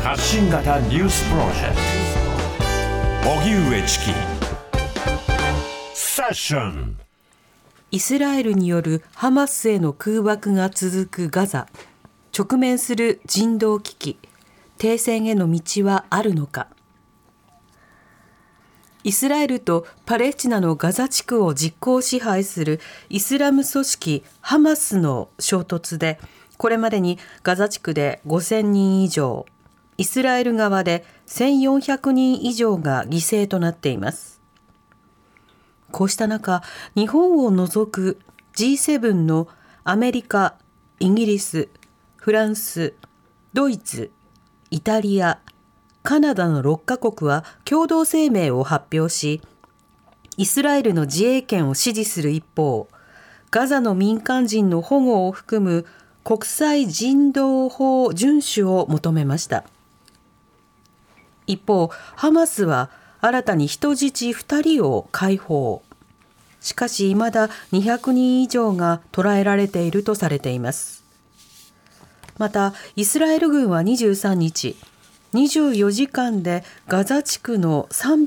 発信型ニュースプロジェクト荻上チキセッション。 イスラエルによるハマスへの空爆が続くガザ。直面する人道危機。停戦への道はあるのか。イスラエルとパレスチナのガザ地区を実効支配するイスラム組織ハマスの衝突で、これまでにガザ地区で5000人以上、イスラエル側で1400人以上が犠牲となっています。こうした中、日本を除く G7 のアメリカ、イギリス、フランス、ドイツ、イタリア、カナダの6カ国は共同声明を発表し、イスラエルの自衛権を支持する一方、ガザの民間人の保護を含む国際人道法遵守を求めました。一方、ハマスは新たに人質2人を解放。しかし未だ200人以上が捕らえられているとされています。また、イスラエル軍は23日、24時間でガザ地区の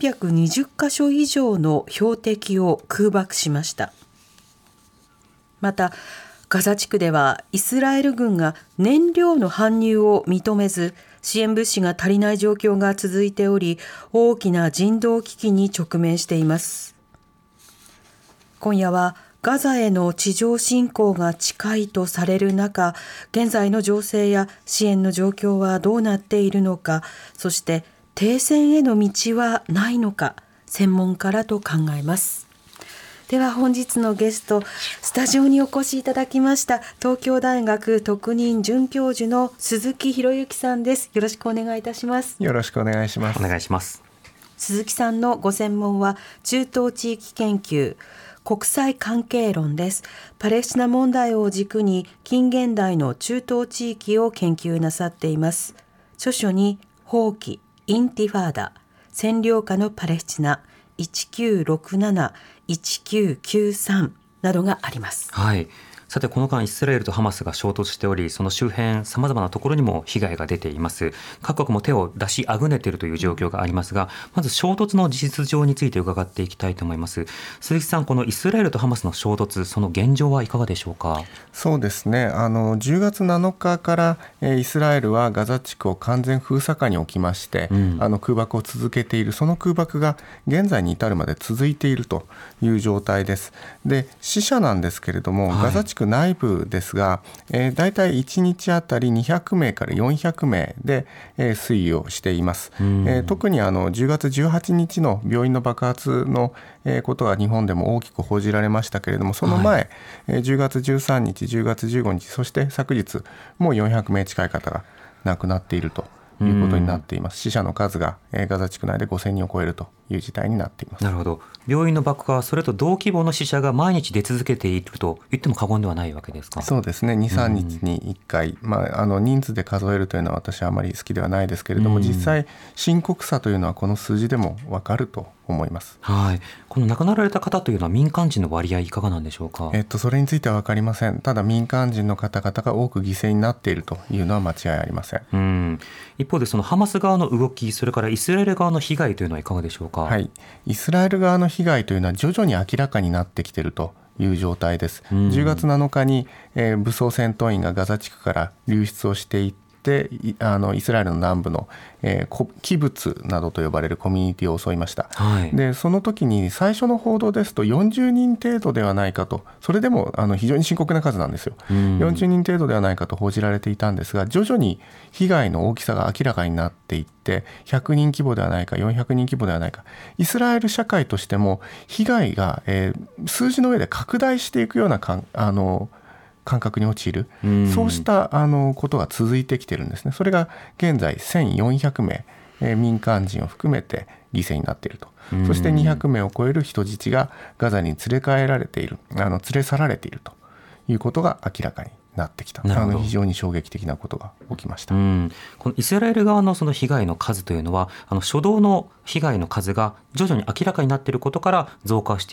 320カ所以上の標的を空爆しました。また、ガザ地区ではイスラエル軍が燃料の搬入を認めず、支援物資が足りない状況が続いており、大きな人道危機に直面しています。今夜はガザへの地上侵攻が近いとされる中、現在の情勢や支援の状況はどうなっているのか、そして停戦への道はないのか、専門家らと考えます。では本日のゲスト、スタジオにお越しいただきました東京大学特任准教授の鈴木博之さんです。よろしくお願いいたします。 よろしくお願いします。 お願いします。 鈴木さんのご専門は中東地域研究、国際関係論です。パレスチナ問題を軸に近現代の中東地域を研究なさっています。著書に放棄、インティファーダ、占領下のパレスチナ、1967、1993などがあります。 はい。さてこの間イスラエルとハマスが衝突しており、その周辺さまざまなところにも被害が出ています。各国も手を出しあぐねているという状況がありますが、まず衝突の事実上について伺っていきたいと思います。鈴木さん、このイスラエルとハマスの衝突、その現状はいかがでしょうか。 そうですね、10月7日からイスラエルはガザ地区を完全封鎖下に置きまして、空爆を続けている。その空爆が現在に至るまで続いているという状態です。で、死者なんですけれども、ガザ地区内部ですが、だいたい1日あたり200名から400名で、推移をしています。特に10月18日の病院の爆発のことは日本でも大きく報じられましたけれども、その前、10月13日、10月15日、そして昨日もう400名近い方が亡くなっているということになっています。死者の数がガザ地区内で5000人を超えるという事態になっています。 なるほど。病院の爆破はそれと同規模の死者が毎日出続けていると言っても過言ではないわけですか。 そうですね、2、3日に1回、人数で数えるというのは私はあまり好きではないですけれども、実際深刻さというのはこの数字でも分かると思います。 はい。この亡くなられた方というのは民間人の割合いかがなんでしょうか。 それについては分かりません。ただ民間人の方々が多く犠牲になっているというのは間違いありません。 一方でそのハマス側の動き、それからイスラエル側の被害というのはいかがでしょうか。 はい、イスラエル側の被害というのは徐々に明らかになってきているという状態です。10月7日に、武装戦闘員がガザ地区から流出をしていってイスラエルの南部の、キブツなどと呼ばれるコミュニティを襲いました。でその時に最初の報道ですと40人程度ではないかと、それでも非常に深刻な数なんですよ。40人程度ではないかと報じられていたんですが、徐々に被害の大きさが明らかになっていって100人規模ではないか400人規模ではないか、イスラエル社会としても被害が、数字の上で拡大していくような感覚に陥る、そうしたことが続いてきてるんですね。それが現在1400名、民間人を含めて犠牲になっていると。そして200名を超える人質がガザに連れ帰られている、連れ去られているということが明らかになってきた。非常に衝撃的なことが起きました。 このイスラエル側のその被害の数というのは、初動の被害の数が徐々に明らかになっていることから増加している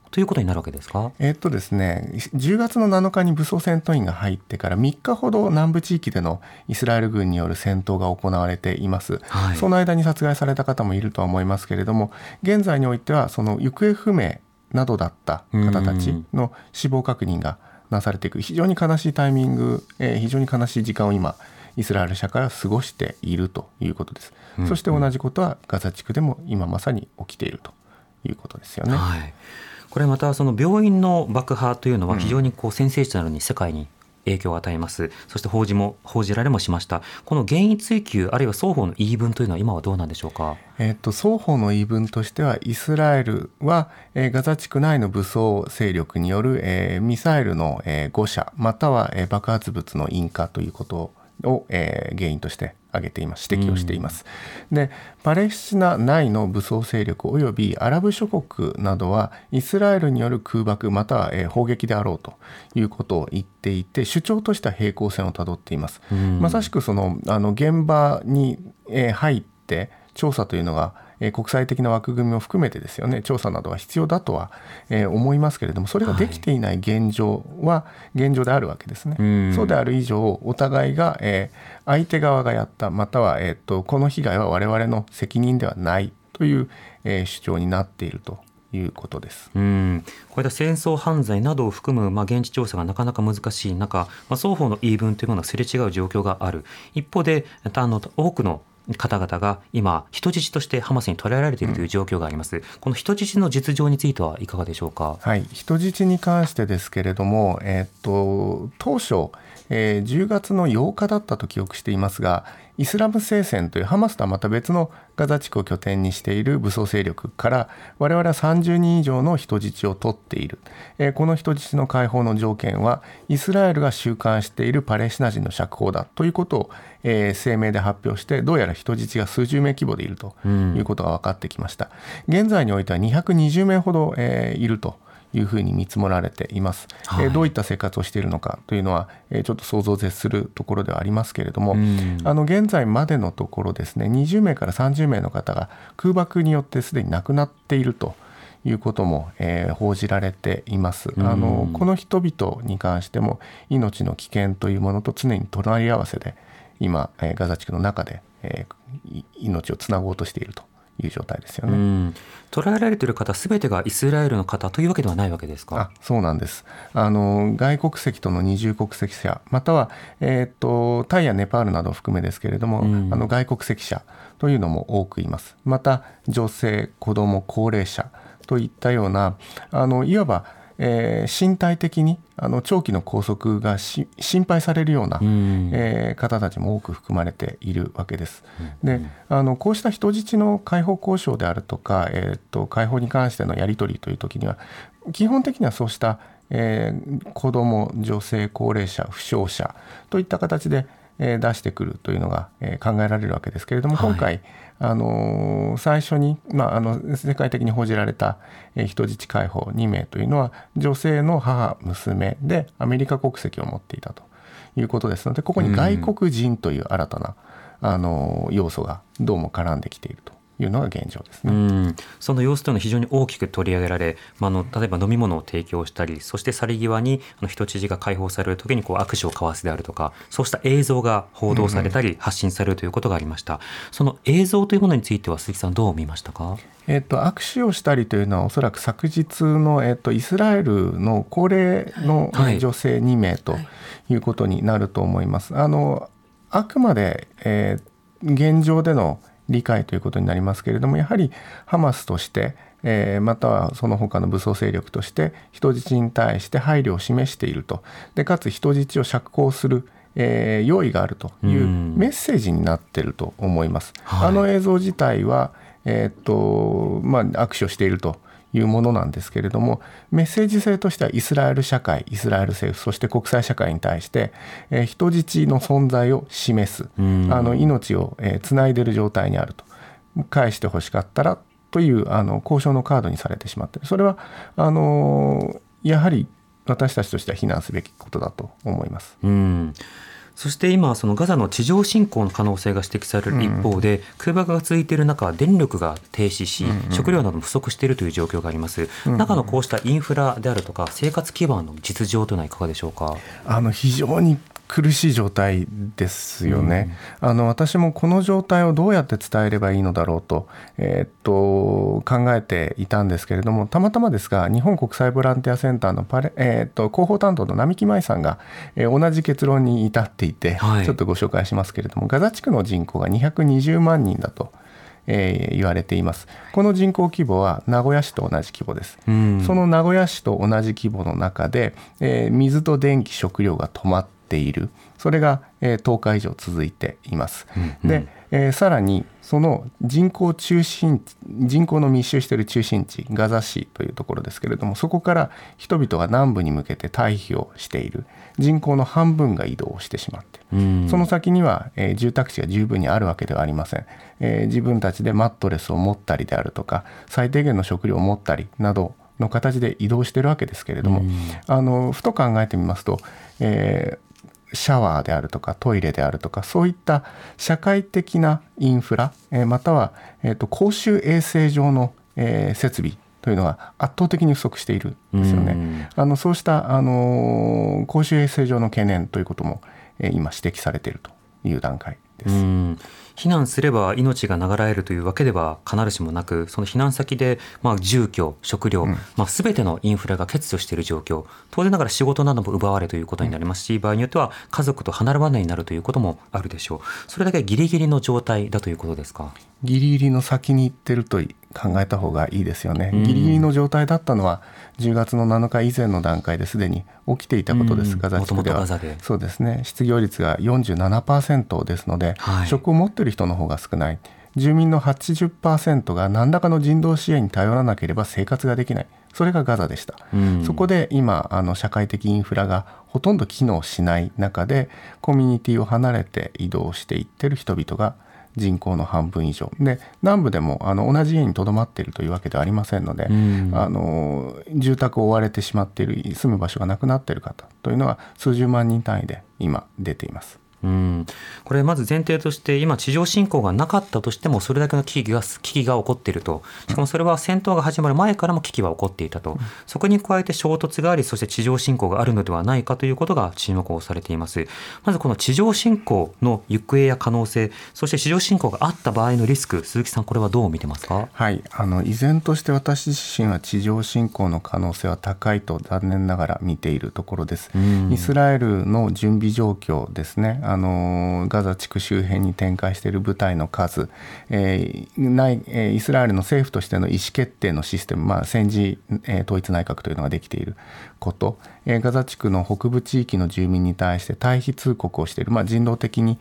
ということになるわけですか。 ですね、10月の7日に武装戦闘員が入ってから3日ほど南部地域でのイスラエル軍による戦闘が行われています、 はい、 その間に殺害された方もいるとは思いますけれども、現在においてはその行方不明などだった方たちの死亡確認がなされていく、非常に悲しいタイミング、非常に悲しい時間を今イスラエル社会は過ごしているということです、そして同じことはガザ地区でも今まさに起きているということですよね。 はい、これまたその病院の爆破というのは非常にセンセーショナルに世界に影響を与えます、そして報じられもしました。この原因追及あるいは双方の言い分というのは今はどうなんでしょうか。 双方の言い分としては、イスラエルは、ガザ地区内の武装勢力による、ミサイルの、誤射または、爆発物の引火ということを、原因として挙げています、指摘をしています。で、パレスチナ内の武装勢力およびアラブ諸国などはイスラエルによる空爆または、砲撃であろうということを言っていて、主張としては平行線をたどっています。まさしく現場に、入って調査というのが国際的な枠組みも含めてですよね、調査などは必要だとは思いますけれども、それができていない現状は現状であるわけですね。そうである以上、お互いが相手側がやったまたはこの被害は我々の責任ではないという主張になっているということです。 こういった戦争犯罪などを含む、現地調査がなかなか難しい中、双方の言い分というものがすれ違う状況がある一方で、多くの方々が今人質としてハマスに捕らえられているという状況があります、この人質の実情についてはいかがでしょうか。 はい、人質に関してですけれども、当初、10月の8日だったと記憶していますが、イスラム聖戦というハマスとはまた別のガザ地区を拠点にしている武装勢力から我々は30人以上の人質を取っている、この人質の解放の条件はイスラエルが収監しているパレスチナ人の釈放だということを、声明で発表して、どうやら人質が数十名規模でいるということが分かってきました。現在においては220名ほど、いるというふうに見積もられています。どういった生活をしているのかというのは、ちょっと想像を絶するところではありますけれども、現在までのところですね、20名から30名の方が空爆によってすでに亡くなっているということも、報じられています。この人々に関しても命の危険というものと常に隣り合わせで今、ガザ地区の中で、命をつなごうとしているという状態ですよね。 捕らえられている方すべてがイスラエルの方というわけではないわけですか。 そうなんです。外国籍との二重国籍者または、タイやネパールなどを含めですけれども、外国籍者というのも多くいます。また女性、子ども、高齢者といったようないわば身体的に長期の拘束が心配されるような、方たちも多く含まれているわけです。で、こうした人質の解放交渉であるとか、解放に関してのやり取りという時には基本的にはそうした、子ども、女性、高齢者、負傷者といった形で出してくるというのが考えられるわけですけれども、今回最初に、世界的に報じられた人質解放2名というのは女性の母、娘でアメリカ国籍を持っていたということですので、ここに外国人という新たな要素がどうも絡んできているというのが現状ですね。 その様子というのは非常に大きく取り上げられ、例えば飲み物を提供したり、そして去り際に人質が解放される時に握手を交わすであるとか、そうした映像が報道されたり発信されるということがありました。その映像というものについては鈴木さんどう見ましたか。 握手をしたりというのはおそらく昨日の、イスラエルの高齢の女性2名ということになると思います。あくまで、現状での理解ということになりますけれども、やはりハマスとして、またはその他の武装勢力として人質に対して配慮を示していると。でかつ人質を釈放する、用意があるというメッセージになっていると思います。映像自体は、握手をしているというものなんですけれども、メッセージ性としてはイスラエル社会、イスラエル政府、そして国際社会に対して、人質の存在を示す、命をつないでいる状態にあると、返してほしかったらという交渉のカードにされてしまっている。それはやはり私たちとしては非難すべきことだと思います。 そして今そのガザの地上侵攻の可能性が指摘される一方で、空爆が続いている中電力が停止し、食料なども不足しているという状況があります。中のこうしたインフラであるとか生活基盤の実情というのはいかがでしょうか。 非常に苦しい状態ですよね。私もこの状態をどうやって伝えればいいのだろうと、考えていたんですけれども、たまたまですが日本国際ボランティアセンターの広報担当の並木舞さんが、同じ結論に至っていて、ちょっとご紹介しますけれども、ガザ地区の人口が220万人だと言われています。この人口規模は名古屋市と同じ規模です。その名古屋市と同じ規模の中で、水と電気食料が止まっている、それが10日以上続いています。で、さらにその人口の密集している中心地ガザ市というところですけれども、そこから人々が南部に向けて退避をしている。人口の半分が移動してしまっている。その先には、住宅地が十分にあるわけではありません。自分たちでマットレスを持ったりであるとか、最低限の食料を持ったりなどの形で移動しているわけですけれども、ふと考えてみますと、シャワーであるとかトイレであるとか、そういった社会的なインフラ、または、公衆衛生上の、設備というのは圧倒的に不足しているんですよね。そうした、公衆衛生上の懸念ということも、今指摘されているという段階です。 避難すれば命が流れるというわけでは必ずしもなく、その避難先で住居、食料、全てのインフラが欠如している状況、当然ながら仕事なども奪われということになりますし、場合によっては家族と離れ離れになるということもあるでしょう。それだけギリギリの状態だということですか。 ギリギリの先に行ってると考えた方がいいですよね。ギリギリの状態だったのは10月の7日以前の段階ですでに起きていたことです。ガザ地区ではそうですね、失業率が 47% ですので、職を持っている人の方が少ない。住民の 80% が何らかの人道支援に頼らなければ生活ができない。それがガザでした。そこで今社会的インフラがほとんど機能しない中で、コミュニティを離れて移動していっている人々が人口の半分以上で、南部でも同じ家にとどまっているというわけではありませんので、住宅を追われてしまっている、住む場所がなくなっている方というのは数十万人単位で今出ています。 これまず前提として、今地上侵攻がなかったとしてもそれだけの危機が起こっていると。しかもそれは戦闘が始まる前からも危機は起こっていたと。そこに加えて衝突があり、そして地上侵攻があるのではないかということが注目をされています。まずこの地上侵攻の行方や可能性、そして地上侵攻があった場合のリスク、鈴木さんこれはどう見てますか。 依然として私自身は地上侵攻の可能性は高いと残念ながら見ているところです。イスラエルの準備状況ですね。ガザ地区周辺に展開している部隊の数、イスラエルの政府としての意思決定のシステム、戦時、統一内閣というのができていること、ガザ地区の北部地域の住民に対して退避通告をしている、人道的に、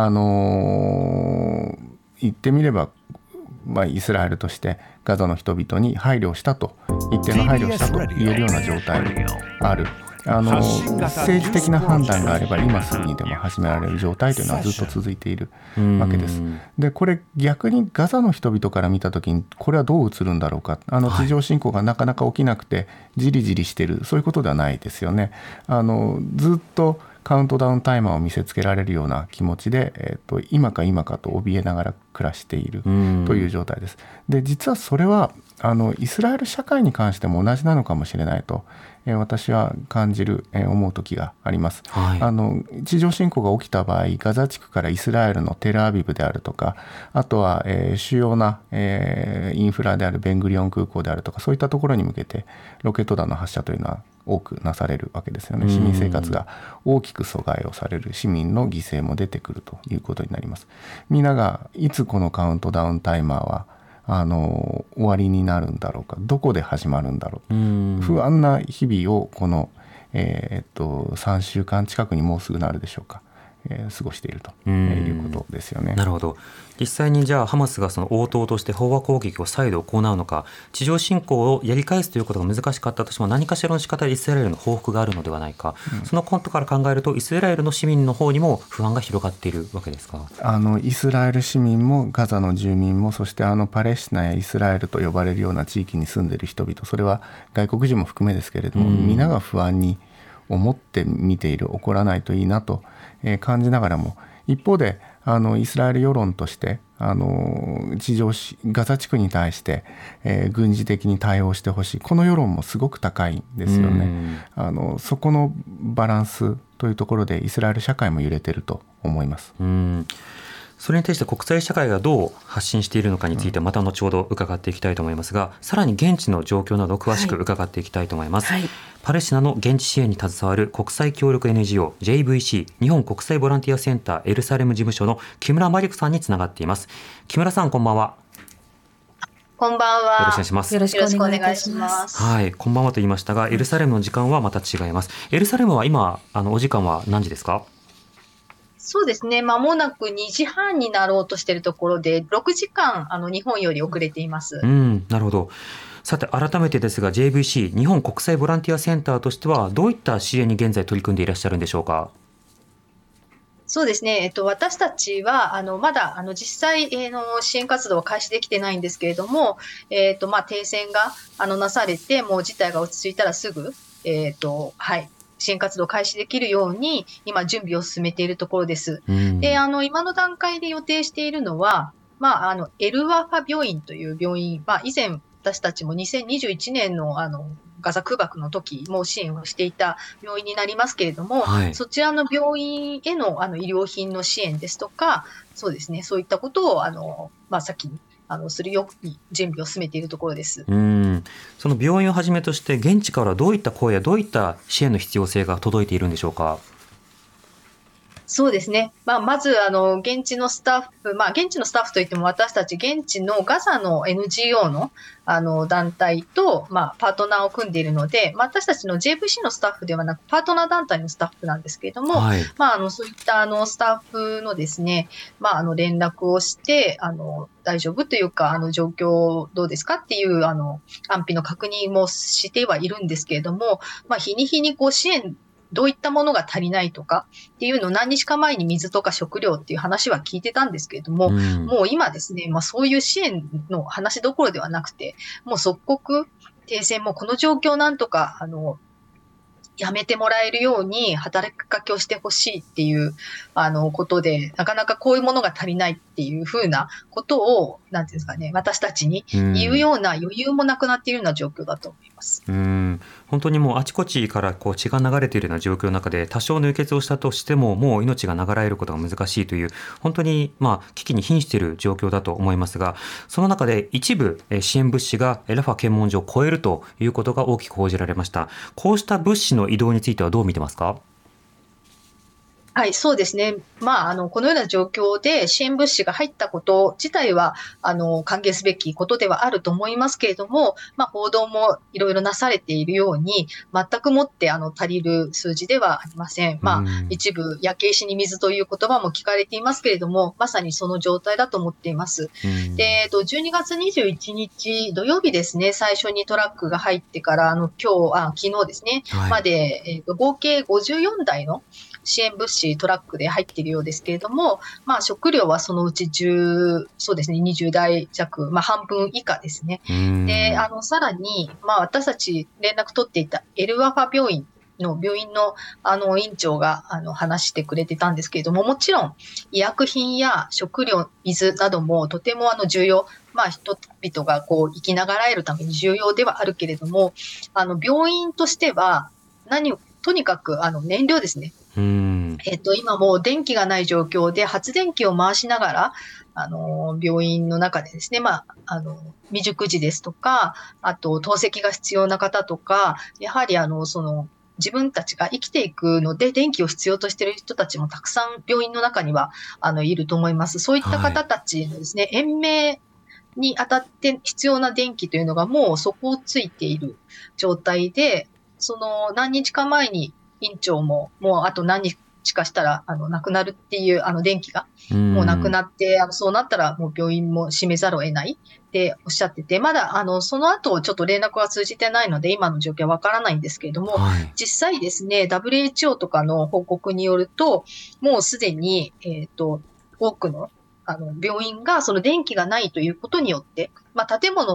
言ってみれば、イスラエルとしてガザの人々に配慮したと、一定の配慮をしたと言えるような状態にある。政治的な判断があれば今すぐにでも始められる状態というのはずっと続いているわけです。でこれ逆にガザの人々から見たときにこれはどう映るんだろうか。地上侵攻がなかなか起きなくてじりじりしている、そういうことではないですよね。ずっとカウントダウンタイマーを見せつけられるような気持ちで、今か今かと怯えながら暮らしているという状態です。で実はそれはイスラエル社会に関しても同じなのかもしれないと、私は感じる、思う時があります。地上侵攻が起きた場合、ガザ地区からイスラエルのテルアビブであるとか、あとは、主要な、インフラであるベングリオン空港であるとか、そういったところに向けてロケット弾の発射というのは多くなされるわけですよね。市民生活が大きく阻害をされる、市民の犠牲も出てくるということになります。みんながいつこのカウントダウンタイマーは終わりになるんだろうか、どこで始まるんだろう、不安な日々をこの、3週間近くにもうすぐなるでしょうか、過ごしているということですよね。 なるほど。実際にじゃあハマスがその応答として飽和攻撃を再度行うのか、地上侵攻をやり返すということが難しかったとしても何かしらの仕方でイスラエルの報復があるのではないか、そのことから考えるとイスラエルの市民の方にも不安が広がっているわけですか。 イスラエル市民もガザの住民も、そしてパレスチナやイスラエルと呼ばれるような地域に住んでいる人々、それは外国人も含めですけれども、皆が不安に思って見ている。起こらないといいなと感じながらも、一方でイスラエル世論としてガザ地区に対して、軍事的に対応してほしい、この世論もすごく高いんですよね。そこのバランスというところでイスラエル社会も揺れてると思います。 それに対して国際社会がどう発信しているのかについてまた後ほど伺っていきたいと思いますが、さらに現地の状況など詳しく伺っていきたいと思います。パレスチナの現地支援に携わる国際協力 NGO JVC 日本国際ボランティアセンターエルサレム事務所の木村真理子さんにつながっています。木村さん、こんばんは。 こんばんは。 よろしくお願いします。 よろしくお願いします。 はい、こんばんはと言いましたが、エルサレムの時間はまた違います。エルサレムは今お時間は何時ですか？ そうですね。間もなく2時半になろうとしているところで、6時間日本より遅れています。 なるほど。さて改めてですが、 JVC 日本国際ボランティアセンターとしてはどういった支援に現在取り組んでいらっしゃるんでしょうか？ そうですね。私たちはまだ実際支援活動は開始できてないんですけれども、停戦がなされて、もう事態が落ち着いたらすぐ支援活動を開始できるように今準備を進めているところです。で、今の段階で予定しているのは、エルワファ病院という病院、以前私たちも2021年のガザ空爆の時も支援をしていた病院になりますけれども、そちらの病院への医療品の支援ですとか、そうですね、そういったことを先にするように準備を進めているところです。 その病院をはじめとして現地からどういった声やどういった支援の必要性が届いているんでしょうか？ そうですね。まず、現地のスタッフ、現地のスタッフといっても私たち現地のガザの NGO の、団体と、パートナーを組んでいるので、私たちの JVC のスタッフではなく、パートナー団体のスタッフなんですけれども、そういったスタッフのですね、連絡をして、大丈夫というか、状況どうですかっていう、安否の確認もしてはいるんですけれども、日に日に支援どういったものが足りないとかっていうのを何日か前に水とか食料っていう話は聞いてたんですけれども、もう今ですね、そういう支援の話どころではなくて、もう即刻停戦もこの状況なんとかやめてもらえるように働きかけをしてほしいっていうことで、なかなかこういうものが足りないっていうふうなことを、なんていうんですかね、私たちに言うような余裕もなくなっているような状況だと思います。 本当にもうあちこちから血が流れているような状況の中で、多少の輸血をしたとしてももう命が流れることが難しいという、本当に危機に瀕している状況だと思いますが、その中で一部支援物資がラファ検問所を超えるということが大きく報じられました。こうした物資の移動についてはどう見てますか？ はい、そうですね。このような状況で支援物資が入ったこと自体は、歓迎すべきことではあると思いますけれども、報道もいろいろなされているように、全くもって足りる数字ではありません。一部、焼け石に水という言葉も聞かれていますけれども、まさにその状態だと思っています。で、12月21日土曜日ですね、最初にトラックが入ってから、昨日ですね、まで、合計54台の支援物資トラックで入っているようですけれども、食料はそのうちそうですね、20台弱、半分以下ですね。で、さらに、私たち連絡取っていたエルワファ病院の院長が話してくれてたんですけれども、もちろん医薬品や食料、水などもとても重要、人々が生きながらえるために重要ではあるけれども、病院としてはとにかく燃料ですね。今もう電気がない状況で発電機を回しながら、病院の中でですね、未熟児ですとか、あと透析が必要な方とか、やはり自分たちが生きていくので電気を必要としている人たちもたくさん病院の中にはいると思います。そういった方たちのですね、延命にあたって必要な電気というのがもう底をついている状態で、何日か前に院長ももうあと何日かしたらなくなるっていう電気がもうなくなって、そうなったらもう病院も閉めざるを得ないっておっしゃってて、まだその後ちょっと連絡が通じてないので今の状況はわからないんですけれども、実際ですね WHO とかの報告によるともうすでに多くの病院がその電気がないということによって、建物は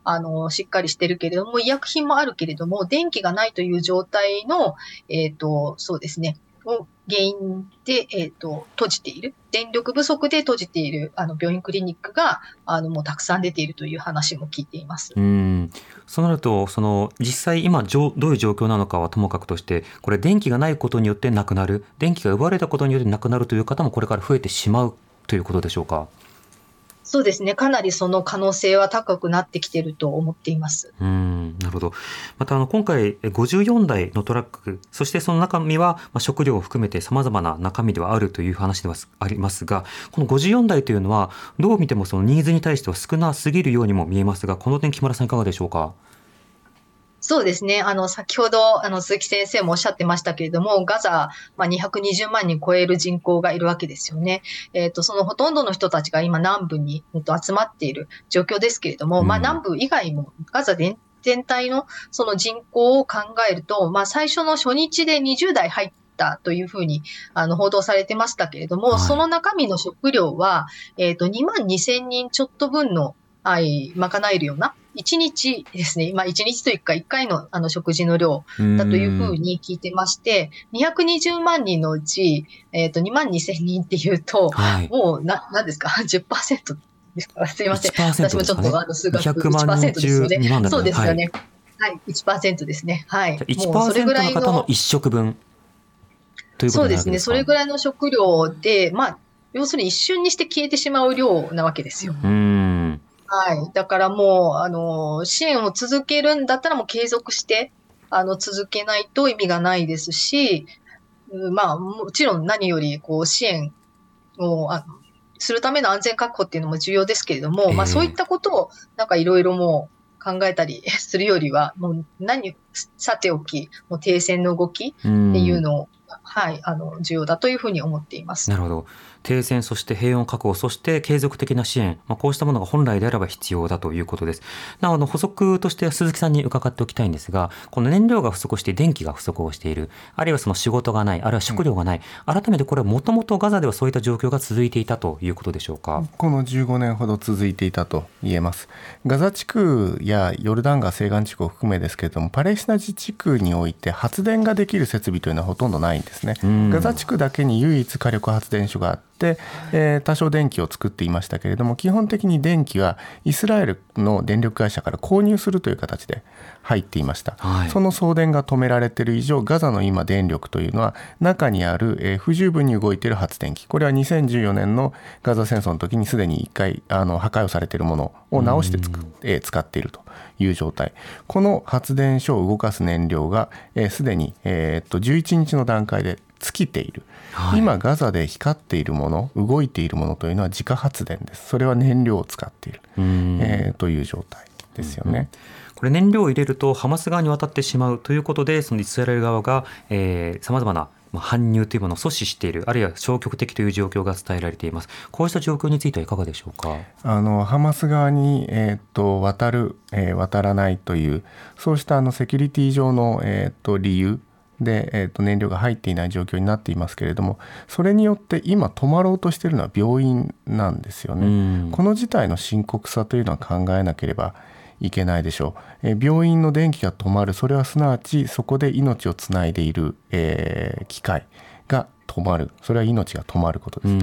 しっかりしてるけれども、医薬品もあるけれども、電気がないという状態の、そうですね、を原因で、閉じている、電力不足で閉じている病院クリニックがもうたくさん出ているという話も聞いています。 そうなると実際今どういう状況なのかはともかくとして、これ電気がないことによって亡くなる、電気が奪われたことによって亡くなるという方もこれから増えてしまうということでしょうか。 そうですね。かなりその可能性は高くなってきていると思っています。 なるほど。また今回54台のトラック、そしてその中身は食料を含めて様々な中身ではあるという話ではありますが、この54台というのはどう見てもそのニーズに対しては少なすぎるようにも見えますが、この点木村さんいかがでしょうか。 そうですね。先ほど、鈴木先生もおっしゃってましたけれども、ガザ、220万人超える人口がいるわけですよね。そのほとんどの人たちが今南部に、集まっている状況ですけれども、南部以外もガザ全体のその人口を考えると、最初の初日で20台入ったというふうに、報道されてましたけれども、その中身の食料は、2万2000人ちょっと分の、賄えるような、1日ですね。1日というか1回の食事の量だというふうに聞いてまして、220万人のうち、2万2000人っていうと、もう何ですか ?10% ですか。すいません。私もちょっと数学 1% ですよね。そうですよね。はい、1% ですね。はい。 1% の方の1食分ということですか。 そうですね。それぐらいの食料で、要するに一瞬にして消えてしまう量なわけですよ。はい。だからもう、支援を続けるんだったらもう継続して、続けないと意味がないですし、もちろん何より、支援をするための安全確保っていうのも重要ですけれども、そういったことを、いろいろもう考えたりするよりは、もうさておき、もう停戦の動きっていうのを、重要だというふうに思っています。 なるほど。停戦、そして平穏確保、そして継続的な支援、こうしたものが本来であれば必要だということです。なお補足として鈴木さんに伺っておきたいんですが、この燃料が不足して電気が不足をしている、あるいはその仕事がない、あるいは食料がない、改めてこれはもともとガザではそういった状況が続いていたということでしょうか。 この15年ほど続いていたと言えます。ガザ地区やヨルダン川西岸地区を含めですけれども、パレスチナ自治区において発電ができる設備というのはほとんどないんですね。ガザ地区だけに唯一火力発電所があって、多少電気を作っていましたけれども、基本的に電気はイスラエルの電力会社から購入するという形で入っていました。その送電が止められている以上、ガザの今電力というのは中にある、不十分に動いている発電機、これは2014年のガザ戦争の時にすでに1回破壊をされているものを直して使っているという状態。この発電所を動かす燃料がすでに11日の段階で尽きている。今ガザで光っているもの、動いているものというのは自家発電です。それは燃料を使っている、という状態ですよね。 これ燃料を入れるとハマス側に渡ってしまうということで、そのイスラエル側がさまざまな搬入というものを阻止している、あるいは消極的という状況が伝えられています。こうした状況についてはいかがでしょうか。 ハマス側に、渡らないという、そうしたセキュリティ上の、理由で、燃料が入っていない状況になっていますけれども、それによって今止まろうとしているのは病院なんですよね。この事態の深刻さというのは考えなければいけないでしょう。病院の電気が止まる、それはすなわちそこで命をつないでいる、機械が止まる、それは命が止まることです。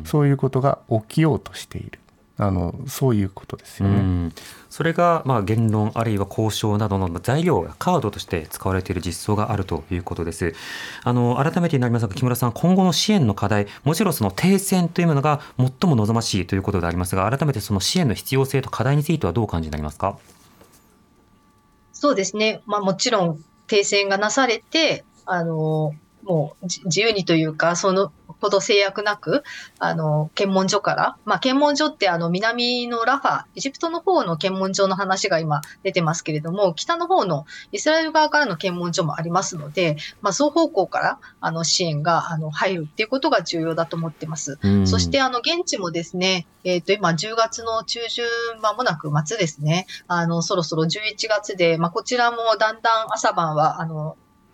そういうことが起きようとしている、そういうことですよね。 それが言論あるいは交渉などの材料やカードとして使われている実装があるということです。改めてになりますが、木村さん、今後の支援の課題、もちろんその停戦というものが最も望ましいということでありますが、改めてその支援の必要性と課題についてはどうお感じになりますか。 そうですね。もちろん停戦がなされて、もう自由にというか、そのほど制約なく、検問所から、検問所って南のラファ、エジプトの方の検問所の話が今出てますけれども、北の方のイスラエル側からの検問所もありますので、双方向から支援が入るっていうことが重要だと思ってます。そして現地もですね、今10月の中旬間もなく末ですね、そろそろ11月で、こちらもだんだん朝晩は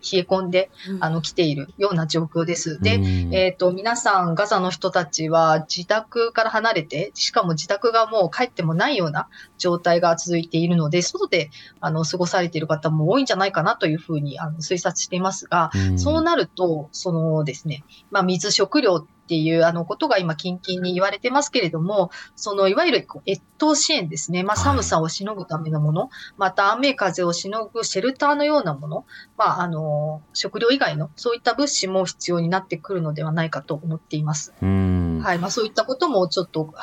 冷え込んで来ているような状況です。で、皆さんガザの人たちは自宅から離れて、しかも自宅がもう帰ってもないような状態が続いているので、外で過ごされている方も多いんじゃないかなというふうに推察していますが、そうなるとそのですね、水、食料っていうことが今近々に言われてますけれども、そのいわゆる越冬支援ですね、寒さをしのぐためのもの、また雨風をしのぐシェルターのようなもの、食料以外のそういった物資も必要になってくるのではないかと思っています。はい、そういったこともちょっと、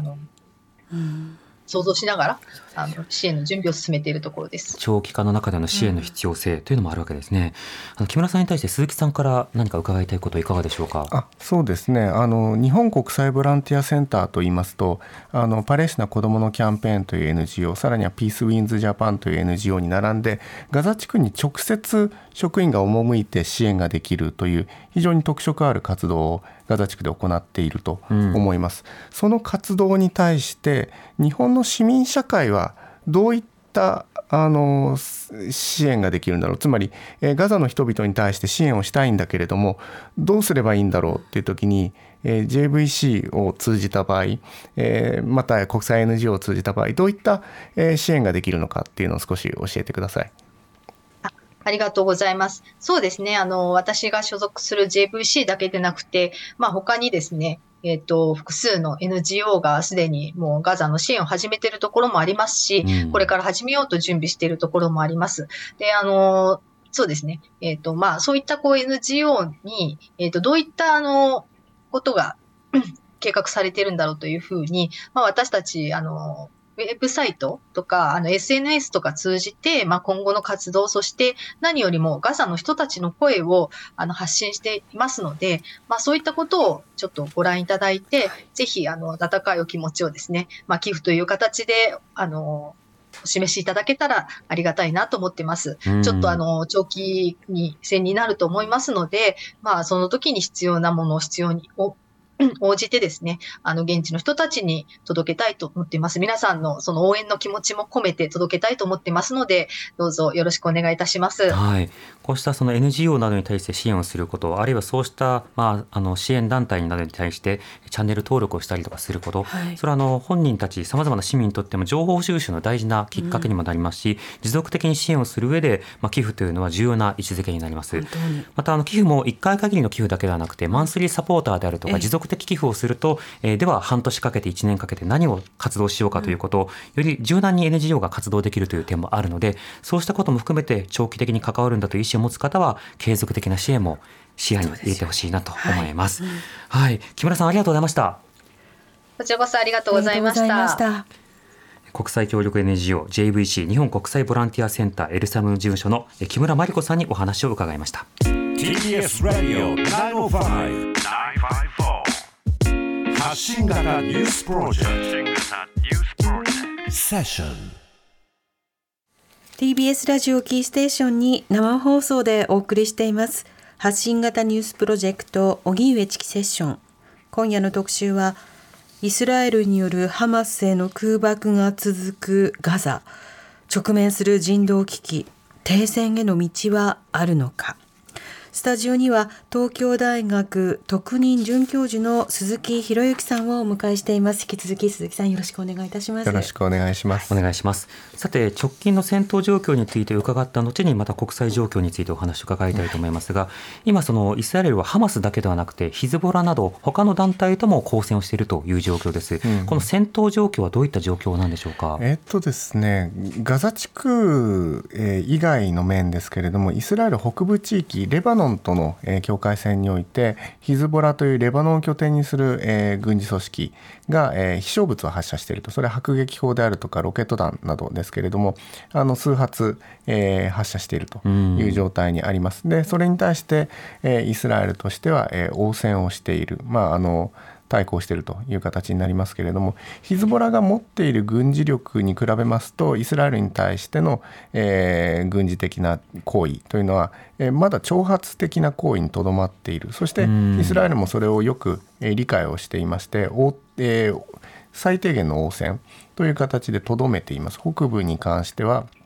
想像しながら支援の準備を進めているところです。 長期化の中での支援の必要性というのもあるわけですね。木村さんに対して鈴木さんから何か伺いたいこといかがでしょうか。 そうですね、日本国際ボランティアセンターといいますと、パレスチナ子どものキャンペーンという NGO、 さらにはピースウィンズジャパンという NGO に並んで、ガザ地区に直接職員が赴いて支援ができるという非常に特色ある活動をガザ地区で行っていると思います。その活動に対して日本の市民社会はどういった支援ができるんだろう。つまりガザの人々に対して支援をしたいんだけれども、どうすればいいんだろうっていう時に、JVC を通じた場合、また国際 NGO を通じた場合、どういった支援ができるのかっていうのを少し教えてください。 ありがとうございます。そうですね。私が所属する JVC だけでなくて、他にですね、複数の NGO がすでにもうガザの支援を始めているところもありますし、これから始めようと準備しているところもあります。で、そうですね。そういったNGO に、どういったことが計画されているんだろうというふうに、私たち、ウェブサイトとかSNS とか通じて、今後の活動、そして何よりもガザの人たちの声を発信していますので、そういったことをちょっとご覧いただいて、ぜひ温かいお気持ちをですね、寄付という形でお示しいただけたらありがたいなと思ってます。ちょっと長期戦になると思いますので、その時に必要なものを応じてですね、現地の人たちに届けたいと思っています。皆さんのその応援の気持ちも込めて届けたいと思ってますので、どうぞよろしくお願いいたします。 はい、こうしたその NGO などに対して支援をすること、あるいはそうした、支援団体などに対してチャンネル登録をしたりとかすること、それは本人たちさまざまな市民にとっても情報収集の大事なきっかけにもなりますし、持続的に支援をする上で、寄付というのは重要な位置づけになります。また寄付も1回限りの寄付だけではなくて、マンスリーサポーターであるとか持続的寄付をすると、では半年かけて1年かけて何を活動しようかということをより柔軟に NGO が活動できるという点もあるので、そうしたことも含めて長期的に関わるんだという意思を持つ方は継続的な支援も視野に入れてほしいなと思います。はい、木村さんありがとうございました。 こちらこそありがとうございました。 国際協力 NGO JVC 日本国際ボランティアセンターエルサム事務所の木村真理子さんにお話を伺いました。 TBS ラジオ905-954発信型ニュースプロジェクトセッション TBS ラジオキーステーションに生放送でお送りしています発信型ニュースプロジェクト荻上チキセッション。今夜の特集はイスラエルによるハマスへの空爆が続くガザ、直面する人道危機、停戦への道はあるのか。スタジオには東京大学特任准教授の鈴木博之さんをお迎えしています。引き続き鈴木さんよろしくお願いいたします。 よろしくお願いします。 お願いします。さて直近の戦闘状況について伺った後にまた国際状況についてお話を伺いたいと思いますが、今そのイスラエルはハマスだけではなくてヒズボラなど他の団体とも交戦をしているという状況です。この戦闘状況はどういった状況なんでしょうか。 ですね、ガザ地区以外の面ですけれども、イスラエル北部地域レバノンとの境界線においてヒズボラというレバノンを拠点にする軍事組織が飛翔物を発射していると。それは迫撃砲であるとかロケット弾などですけれども、数発発射しているという状態にあります。でそれに対してイスラエルとしては応戦をしている、対抗しているという形になりますけれども、ヒズボラが持っている軍事力に比べますとイスラエルに対しての、軍事的な行為というのは、まだ挑発的な行為にとどまっている。そしてイスラエルもそれをよく、理解をしていまして、最低限の応戦という形でとどめています。北部に関しては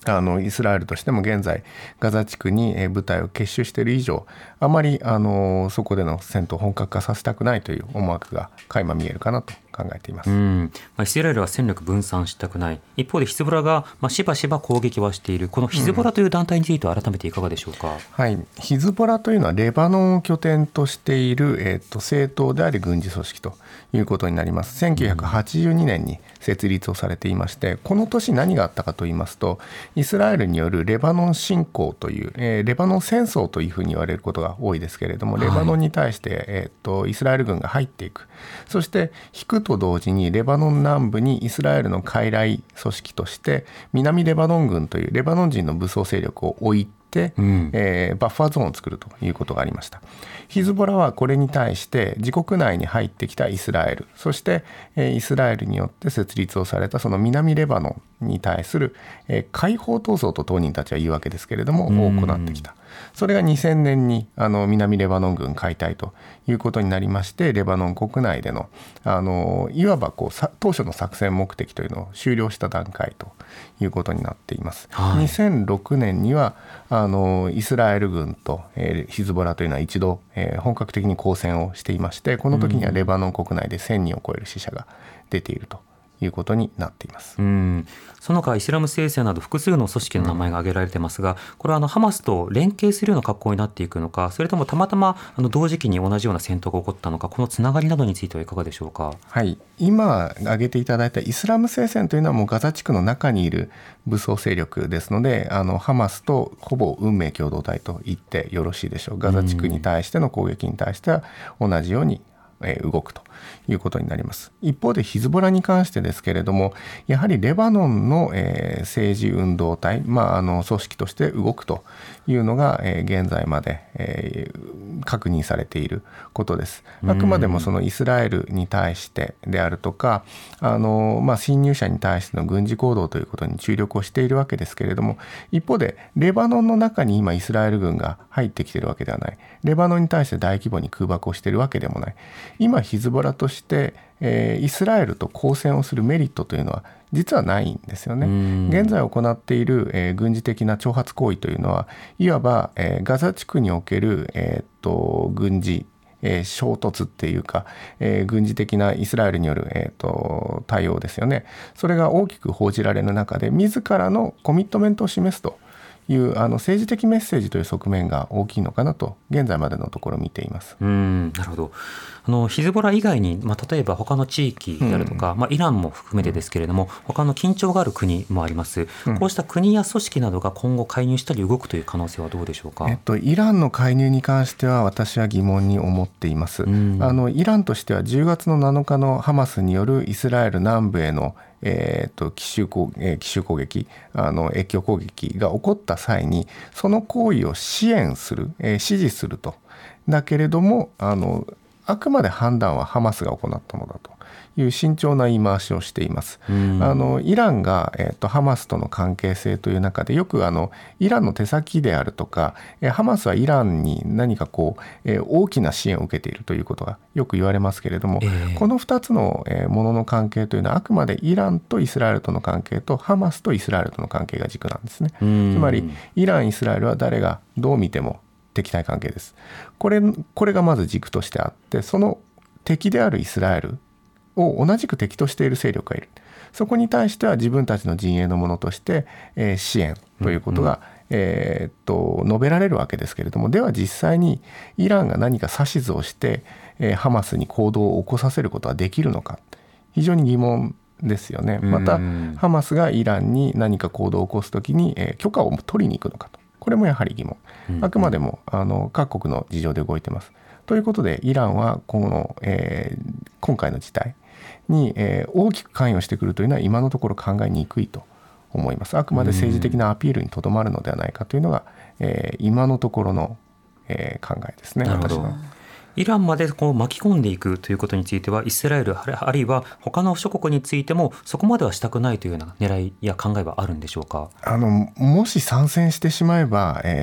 イスラエルとしても現在ガザ地区に部隊を結集している以上、あまりそこでの戦闘を本格化させたくないという思惑が垣間見えるかなと考えています。 イスラエルは戦力分散したくない、一方でヒズボラがしばしば攻撃はしている、このヒズボラという団体については改めていかがでしょうか。 はい、ヒズボラというのはレバノンを拠点としている、政党であり軍事組織ということになります。1982年に設立をされていまして、この年何があったかといいますと、イスラエルによるレバノン侵攻という、レバノン戦争というふうに言われることが多いですけれども、レバノンに対して、イスラエル軍が入っていく、そして引くと同時にレバノン南部にイスラエルの傀儡組織として南レバノン軍というレバノン人の武装勢力を置いてバッファーゾーンを作るということがありました。ヒズボラはこれに対して自国内に入ってきたイスラエル、そしてイスラエルによって設立をされたその南レバノンに対する解放闘争と当人たちは言うわけですけれども、を行ってきた。それが2000年に南レバノン軍解体ということになりまして、レバノン国内でのいわば当初の作戦目的というのを終了した段階ということになっています。2006年にはイスラエル軍とヒズボラというのは一度本格的に交戦をしていまして、この時にはレバノン国内で1000人を超える死者が出ているということになっています。 その他イスラム聖戦など複数の組織の名前が挙げられていますが、これはハマスと連携するような格好になっていくのか、それともたまたま同時期に同じような戦闘が起こったのか、このつながりなどについてはいかがでしょうか。 はい、今挙げていただいたイスラム聖戦というのはもうガザ地区の中にいる武装勢力ですので、ハマスとほぼ運命共同体と言ってよろしいでしょう。ガザ地区に対しての攻撃に対しては同じように動くということになります。一方でヒズボラに関してですけれども、やはりレバノンの政治運動体、組織として動くというのが現在まで確認されていることです。あくまでもそのイスラエルに対してであるとか、侵入者に対しての軍事行動ということに注力をしているわけですけれども、一方でレバノンの中に今イスラエル軍が入ってきているわけではない、レバノンに対して大規模に空爆をしているわけでもない。今ヒズボラとして、イスラエルと交戦をするメリットというのは実はないんですよね。現在行っている、軍事的な挑発行為というのはいわば、ガザ地区における、軍事衝突っていうか、軍事的なイスラエルによる、対応ですよね。それが大きく報じられる中で自らのコミットメントを示すという政治的メッセージという側面が大きいのかなと現在までのところ見ています。 なるほど。ヒズボラ以外に、例えば他の地域であるとか、イランも含めてですけれども、他の緊張がある国もあります。こうした国や組織などが今後介入したり動くという可能性はどうでしょうか。 イランの介入に関しては私は疑問に思っています。イランとしては10月の7日のハマスによるイスラエル南部への奇襲攻撃、越境攻撃が起こった際にその行為を支援する、支持すると。だけれどもあくまで判断はハマスが行ったのだという慎重な言い回しをしています。イランが、ハマスとの関係性という中でよくイランの手先であるとかハマスはイランに何か大きな支援を受けているということがよく言われますけれども、この2つのものの関係というのはあくまでイランとイスラエルとの関係とハマスとイスラエルとの関係が軸なんですね。つまりイラン、イスラエルは誰がどう見ても敵対関係です。これがまず軸としてあって、その敵であるイスラエルを同じく敵としている勢力がいる。そこに対しては自分たちの陣営のものとして、支援ということが、述べられるわけですけれども、では実際にイランが何か指図をして、ハマスに行動を起こさせることはできるのか、非常に疑問ですよね。またハマスがイランに何か行動を起こすときに、許可を取りに行くのかと、これもやはり疑問。あくまでも各国の事情で動いてます。ということでイランは今回の事態に、大きく関与してくるというのは今のところ考えにくいと思います。あくまで政治的なアピールにとどまるのではないかというのが、今のところの、考えですね。私はイランまで巻き込んでいくということについてはイスラエルあるいは他の諸国についてもそこまではしたくないというような狙いや考えはあるんでしょうか。 もし参戦してしまえば、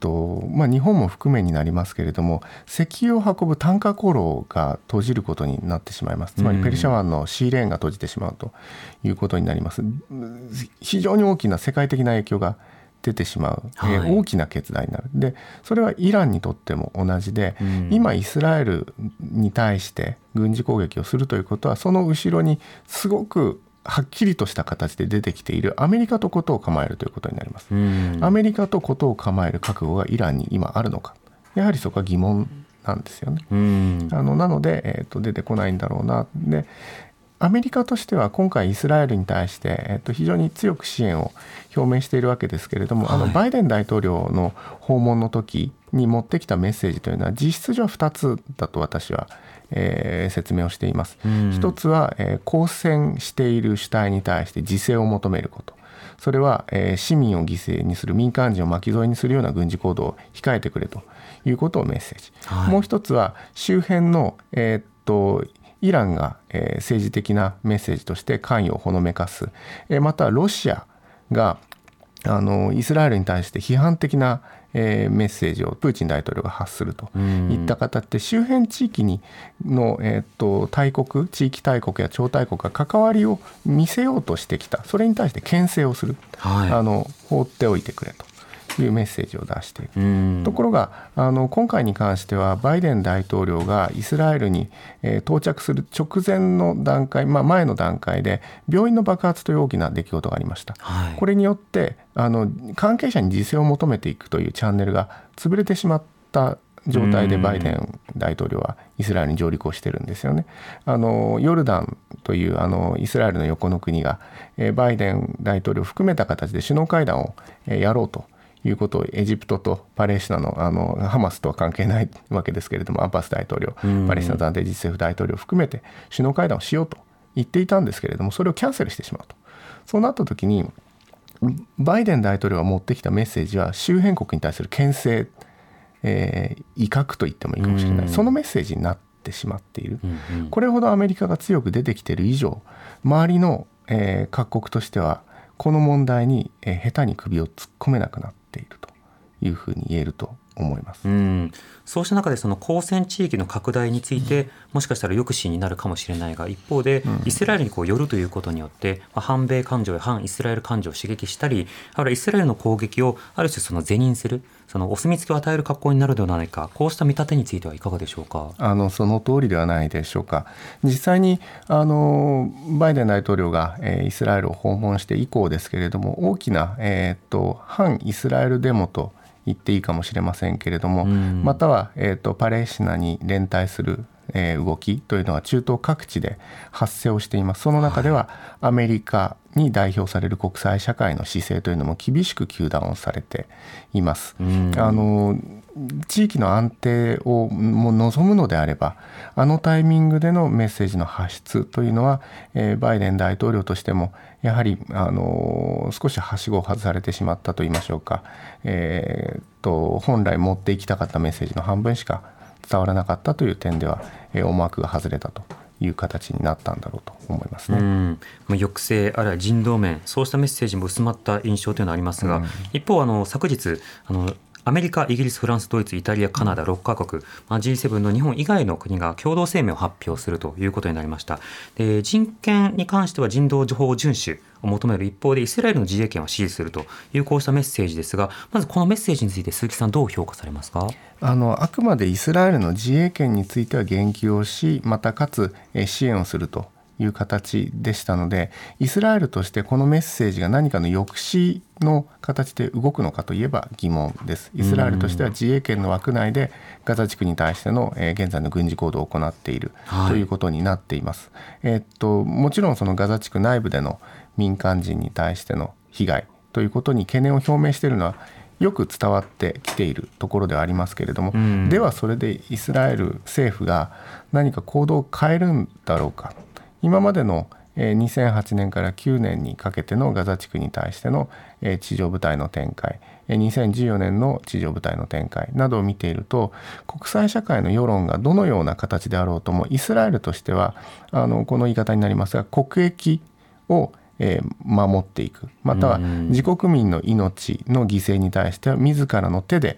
日本も含めになりますけれども、石油を運ぶタンカー航路が閉じることになってしまいます。つまりペルシャ湾のシーレーンが閉じてしまうということになります。非常に大きな世界的な影響が出てしまう、大きな決断になる。でそれはイランにとっても同じで、今イスラエルに対して軍事攻撃をするということは、その後ろにすごくはっきりとした形で出てきているアメリカとことを構えるということになります。アメリカとことを構える覚悟がイランに今あるのか、やはりそこは疑問なんですよね。なので、出てこないんだろうな。でアメリカとしては今回イスラエルに対して、非常に強く支援を表明しているわけですけれども、バイデン大統領の訪問の時に持ってきたメッセージというのは実質上2つだと私は、説明をしています。一つは、交戦している主体に対して自制を求めること。それは、市民を犠牲にする、民間人を巻き添えにするような軍事行動を控えてくれということをメッセージ。もう一つは周辺の、イランが、政治的なメッセージとして関与をほのめかす、またロシアがイスラエルに対して批判的な、メッセージをプーチン大統領が発するといった形で、周辺地域の、大国、地域大国や超大国が関わりを見せようとしてきた。それに対して牽制をする、放っておいてくれというメッセージを出している。ところが今回に関してはバイデン大統領がイスラエルに、到着する直前の段階、前の段階で病院の爆発という大きな出来事がありました。これによって関係者に自制を求めていくというチャンネルが潰れてしまった状態でバイデン大統領はイスラエルに上陸をしてるんですよね。ヨルダンというイスラエルの横の国がバイデン大統領を含めた形で首脳会談をやろうということをエジプトとパレスチナのハマスとは関係ないわけですけれども、アッバス大統領、パレスチナ暫定自治政府大統領を含めて首脳会談をしようと言っていたんですけれども、それをキャンセルしてしまうと。そうなった時にバイデン大統領が持ってきたメッセージは周辺国に対する牽制、威嚇と言ってもいいかもしれない、そのメッセージになってしまっている。これほどアメリカが強く出てきている以上、周りの、各国としてはこの問題に、下手に首を突っ込めなくなっているというふうに言えると思います。 そうした中でその交戦地域の拡大についてもしかしたら抑止になるかもしれないが、一方でイスラエルに寄るということによって反米感情や反イスラエル感情を刺激したり、あるいはイスラエルの攻撃をある種その是認する、そのお墨付きを与える格好になるのではないか、こうした見立てについてはいかがでしょうか。 その通りではないでしょうか。実際にバイデン大統領が、イスラエルを訪問して以降ですけれども、大きな、反イスラエルデモと言っていいかもしれませんけれども、または、パレスチナに連帯する、動きというのは中東各地で発生をしています。その中では、アメリカに代表される国際社会の姿勢というのも厳しく糾弾をされています。地域の安定をも望むのであれば、タイミングでのメッセージの発出というのは、バイデン大統領としてもやはり少しはしごを外されてしまったといいましょうか、本来持っていきたかったメッセージの半分しか伝わらなかったという点では、思惑が外れたという形になったんだろうと思いますね。 抑制あるいは人道面、そうしたメッセージも薄まった印象というのはありますが、一方昨日アメリカ、イギリス、フランス、ドイツ、イタリア、カナダ6カ国、G7 の日本以外の国が共同声明を発表するということになりました。で、人権に関しては人道法遵守を求める一方で、イスラエルの自衛権を支持するというこうしたメッセージですが、まずこのメッセージについて鈴木さん、どう評価されますか。 あくまでイスラエルの自衛権については言及をし、またかつ支援をするという形でしたので、イスラエルとしてこのメッセージが何かの抑止の形で動くのかといえば疑問です。イスラエルとしては自衛権の枠内でガザ地区に対しての現在の軍事行動を行っているということになっています。もちろんそのガザ地区内部での民間人に対しての被害ということに懸念を表明しているのはよく伝わってきているところではありますけれども、ではそれでイスラエル政府が何か行動を変えるんだろうか。今までの2008年から9年にかけてのガザ地区に対しての地上部隊の展開、2014年の地上部隊の展開などを見ていると、国際社会の世論がどのような形であろうとも、イスラエルとしてはこの言い方になりますが、国益を守っていく、または自国民の命の犠牲に対しては自らの手で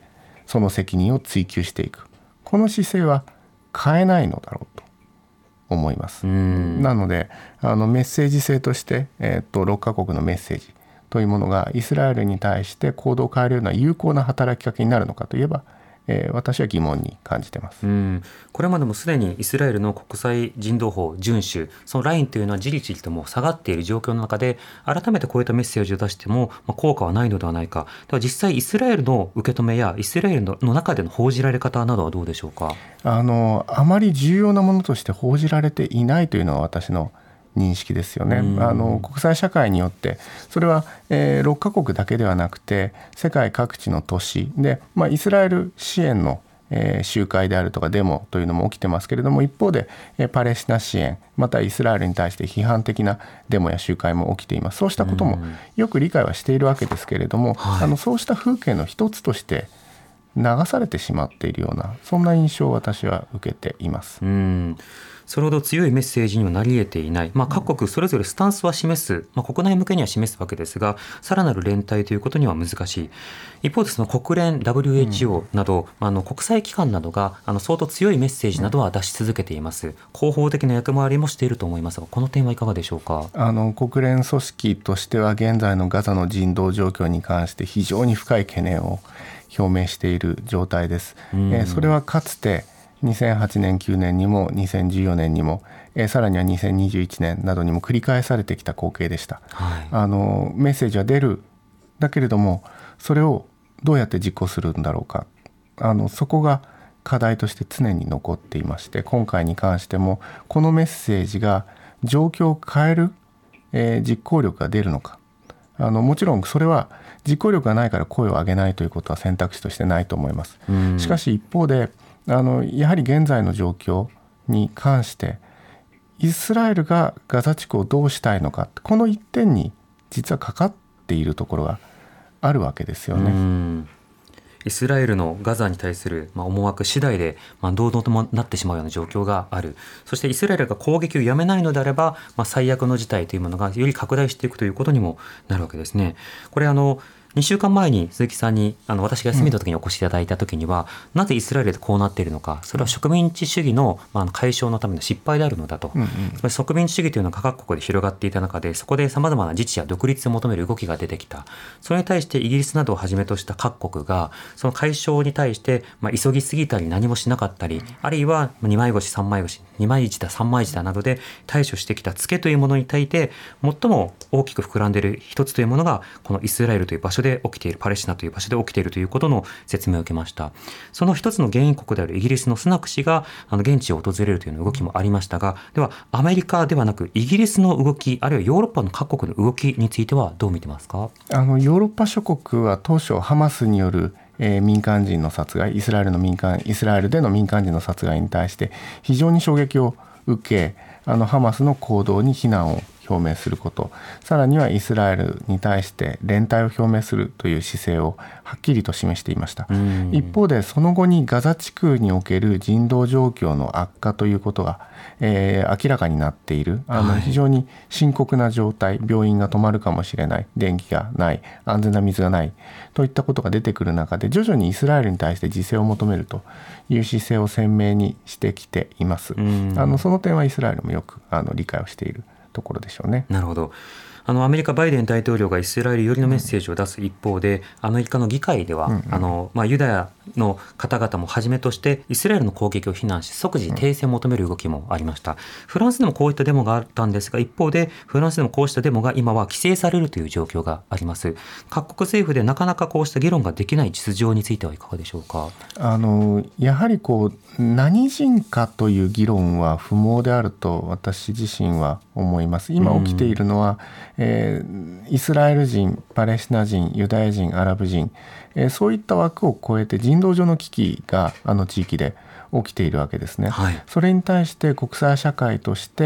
その責任を追及していく、この姿勢は変えないのだろうと思います。なのでメッセージ性として、6カ国のメッセージというものがイスラエルに対して行動を変えるような有効な働きかけになるのかといえば、私は疑問に感じてます。 これまでもすでにイスラエルの国際人道法遵守、そのラインというのはじりじりとも下がっている状況の中で、改めてこういったメッセージを出しても、効果はないのではないか。では実際イスラエルの受け止めやイスラエルの中での報じられ方などはどうでしょうか。 あまり重要なものとして報じられていないというのは私の認識ですよね。国際社会によってそれは、6カ国だけではなくて世界各地の都市で、イスラエル支援の、集会であるとかデモというのも起きてますけれども、一方で、パレスチナ支援またイスラエルに対して批判的なデモや集会も起きています。そうしたこともよく理解はしているわけですけれども、そうした風景の一つとして流されてしまっているような、そんな印象を私は受けています。 それほど強いメッセージにはなり得ていない、各国それぞれスタンスは示す、国内向けには示すわけですが、さらなる連帯ということには難しい。一方でその国連 WHO など、国際機関などが相当強いメッセージなどは出し続けています。広報的な役回りもしていると思いますが、この点はいかがでしょうか。 国連組織としては現在のガザの人道状況に関して非常に深い懸念を表明している状態です。それはかつて2008年9年にも2014年にも、さらには2021年などにも繰り返されてきた光景でした。メッセージは出るだけれども、それをどうやって実行するんだろうか、そこが課題として常に残っていまして、今回に関してもこのメッセージが状況を変える、実行力が出るのか。もちろんそれは実行力がないから声を上げないということは選択肢としてないと思います。しかし一方でやはり現在の状況に関してイスラエルがガザ地区をどうしたいのか、この一点に実はかかっているところがあるわけですよね。 イスラエルのガザに対する思惑次第で堂々ともなってしまうような状況がある。そしてイスラエルが攻撃をやめないのであれば、最悪の事態というものがより拡大していくということにもなるわけですね。これ2週間前に鈴木さんに私が休みの時にお越しいただいた時には、なぜイスラエルでこうなっているのか、それは植民地主義の解消のための失敗であるのだと。植民地主義というのが各国で広がっていた中で、そこでさまざまな自治や独立を求める動きが出てきた。それに対してイギリスなどをはじめとした各国がその解消に対して急ぎすぎたり何もしなかったり、あるいは2枚腰3枚腰2枚1だ3枚1だなどで対処してきたツケというものに対して最も大きく膨らんでいる一つというものが、このイスラエルという場所で起きている、パレスチナという場所で起きているということの説明を受けました。その一つの原因国であるイギリスのスナク氏が現地を訪れるという動きもありましたが、ではアメリカではなくイギリスの動き、あるいはヨーロッパの各国の動きについてはどう見てますか。 ヨーロッパ諸国は当初ハマスによる民間人の殺害、イスラエルでの民間人の殺害に対して非常に衝撃を受け、ハマスの行動に非難を表明すること、さらにはイスラエルに対して連帯を表明するという姿勢をはっきりと示していました。一方でその後にガザ地区における人道状況の悪化ということが、明らかになっている。非常に深刻な状態、病院が止まるかもしれない、電気がない、安全な水がないといったことが出てくる中で、徐々にイスラエルに対して自制を求めるという姿勢を鮮明にしてきています。その点はイスラエルもよく理解をしているところでしょうね。 なるほど。アメリカバイデン大統領がイスラエル寄りのメッセージを出す一方で、アメリカの議会では、ユダヤの方々もはじめとしてイスラエルの攻撃を非難し即時停戦を求める動きもありました。フランスでもこういったデモがあったんですが、一方でフランスでもこうしたデモが今は規制されるという状況があります。各国政府でなかなかこうした議論ができない実情についてはいかがでしょうか。 やはり何人かという議論は不毛であると私自身は思います。今起きているのは、イスラエル人、パレスチナ人、ユダヤ人、アラブ人、そういった枠を超えて人道上の危機が地域で起きているわけですね。それに対して国際社会として、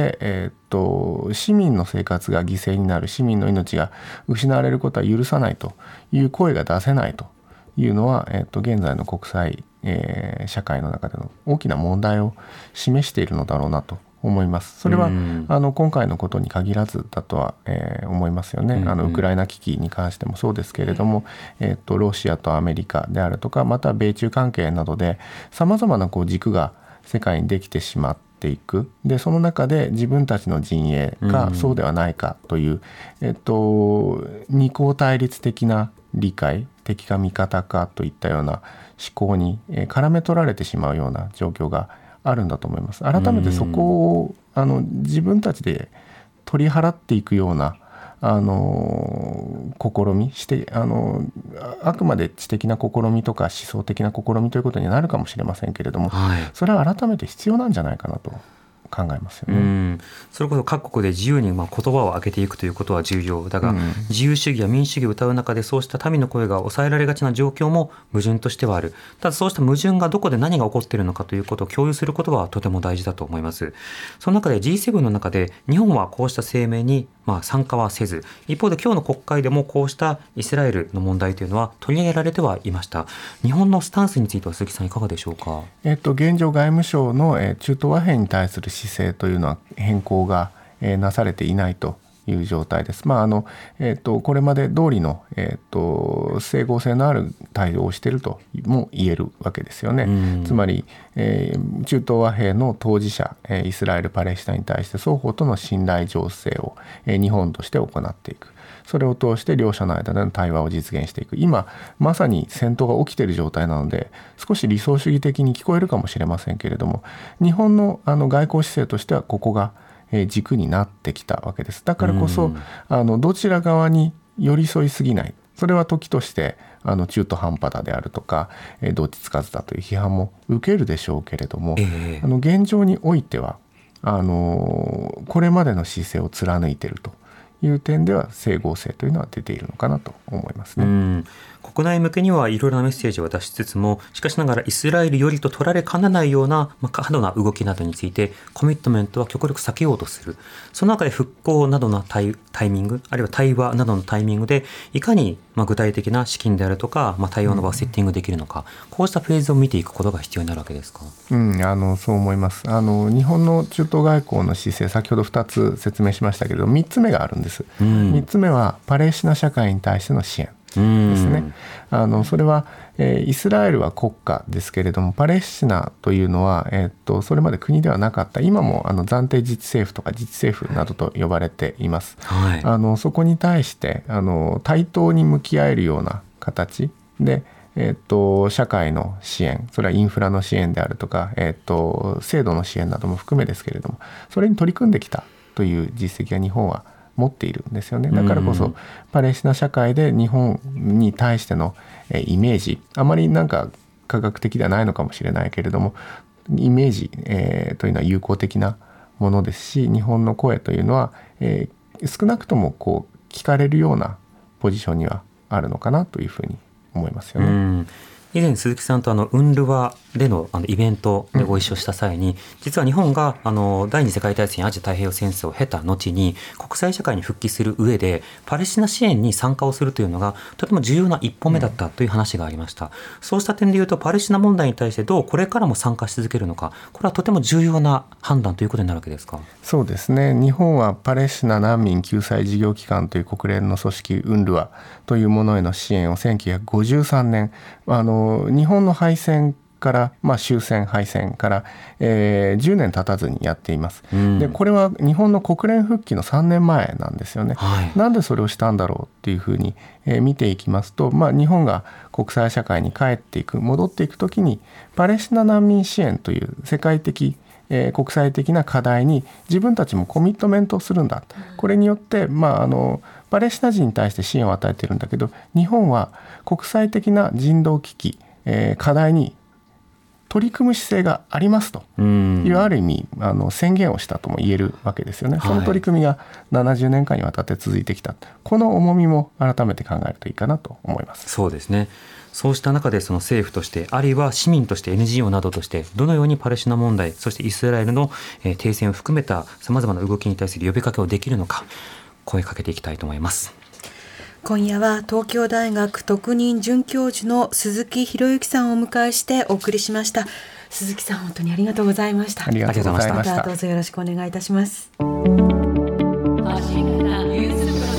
市民の生活が犠牲になる、市民の命が失われることは許さないという声が出せないというのは、現在の国際、社会の中での大きな問題を示しているのだろうなと思います。それは今回のことに限らずだとは、思いますよね。ウクライナ危機に関してもそうですけれども、ロシアとアメリカであるとか、また米中関係などでさまざまな軸が世界にできてしまっていく。でその中で自分たちの陣営かそうではないかという、二項対立的な理解、敵か味方かといったような思考に絡め取られてしまうような状況があるんだと思います。改めてそこを自分たちで取り払っていくような試みしてあくまで知的な試みとか思想的な試みということになるかもしれませんけれども、それは改めて必要なんじゃないかなと考えますよね。 それこそ各国で自由に言葉を上げていくということは重要だが、自由主義や民主主義を謳う中でそうした民の声が抑えられがちな状況も矛盾としてはある。ただそうした矛盾がどこで何が起こっているのかということを共有することはとても大事だと思います。その中で G7 の中で日本はこうした声明に参加はせず、一方で今日の国会でもこうしたイスラエルの問題というのは取り上げられてはいました。日本のスタンスについては鈴木さんいかがでしょうか。 現状外務省の中東和平に対する姿勢というのは変更がなされていないという状態です。これまで通りの整合性のある対応をしているとも言えるわけですよね。つまり、中東和平の当事者イスラエル・パレスチナに対して双方との信頼醸成を日本として行っていく。それを通して両者の間での対話を実現していく。今まさに戦闘が起きている状態なので少し理想主義的に聞こえるかもしれませんけれども、日本の外交姿勢としてはここが軸になってきたわけです。だからこそどちら側に寄り添いすぎない。それは時として中途半端だであるとかどっちつかずだという批判も受けるでしょうけれども、現状においてはこれまでの姿勢を貫いているという点では整合性というのは出ているのかなと思いますね。 国内向けにはいろいろなメッセージを出しつつも、しかしながらイスラエルよりと取られかねないような過度な動きなどについてコミットメントは極力避けようとする。その中で復興などのタイミング、あるいは対話などのタイミングでいかに具体的な資金であるとか、対応の場をセッティングできるのか、こうしたフェーズを見ていくことが必要になるわけですか。 そう思います。日本の中東外交の姿勢、先ほど2つ説明しましたけれども、3つ目があるんです。3つ目はパレスチナ社会に対しての支援ですね。それは、イスラエルは国家ですけれども、パレスチナというのは、それまで国ではなかった、今も暫定自治政府とか自治政府などと呼ばれています。そこに対して対等に向き合えるような形で、社会の支援、それはインフラの支援であるとか、制度の支援なども含めですけれども、それに取り組んできたという実績が日本は持っているんですよね。だからこそパレスチナ社会で日本に対してのイメージ、あまり科学的ではないのかもしれないけれども、イメージというのは友好的なものですし、日本の声というのは少なくとも聞かれるようなポジションにはあるのかなというふうに思いますよね。 以前鈴木さんとUNRWAでのイベントでご一緒した際に、実は日本が第二次世界大戦アジア太平洋戦争を経た後に国際社会に復帰する上でパレスチナ支援に参加をするというのがとても重要な一歩目だったという話がありました。そうした点でいうとパレスチナ問題に対してどうこれからも参加し続けるのか、これはとても重要な判断ということになるわけですか。 そうですね。日本はパレスチナ難民救済事業機関という国連の組織UNRWAというものへの支援を1953年日本の敗戦から、終戦敗戦から、10年経たずにやっています。でこれは日本の国連復帰の3年前なんですよね。なんでそれをしたんだろうっていうふうに、見ていきますと、日本が国際社会に帰っていく戻っていくときにパレスチナ難民支援という世界的国際的な課題に自分たちもコミットメントをするんだ。これによって、パレスチナ人に対して支援を与えているんだけど、日本は国際的な人道危機、課題に取り組む姿勢がありますというある意味宣言をしたとも言えるわけですよね。その取り組みが70年間にわたって続いてきた、この重みも改めて考えるといいかなと思います。 そうですね。そうした中でその政府としてあるいは市民として NGO などとしてどのようにパレスチナ問題、そしてイスラエルの停戦を含めたさまざまな動きに対する呼びかけをできるのか、声かけていきたいと思います。 今夜は東京大学特任准教授の鈴木博之さんをお迎えしてお送りしました。 鈴木さん本当にありがとうございました。 ありがとうございました。 またどうぞよろしくお願いいたします。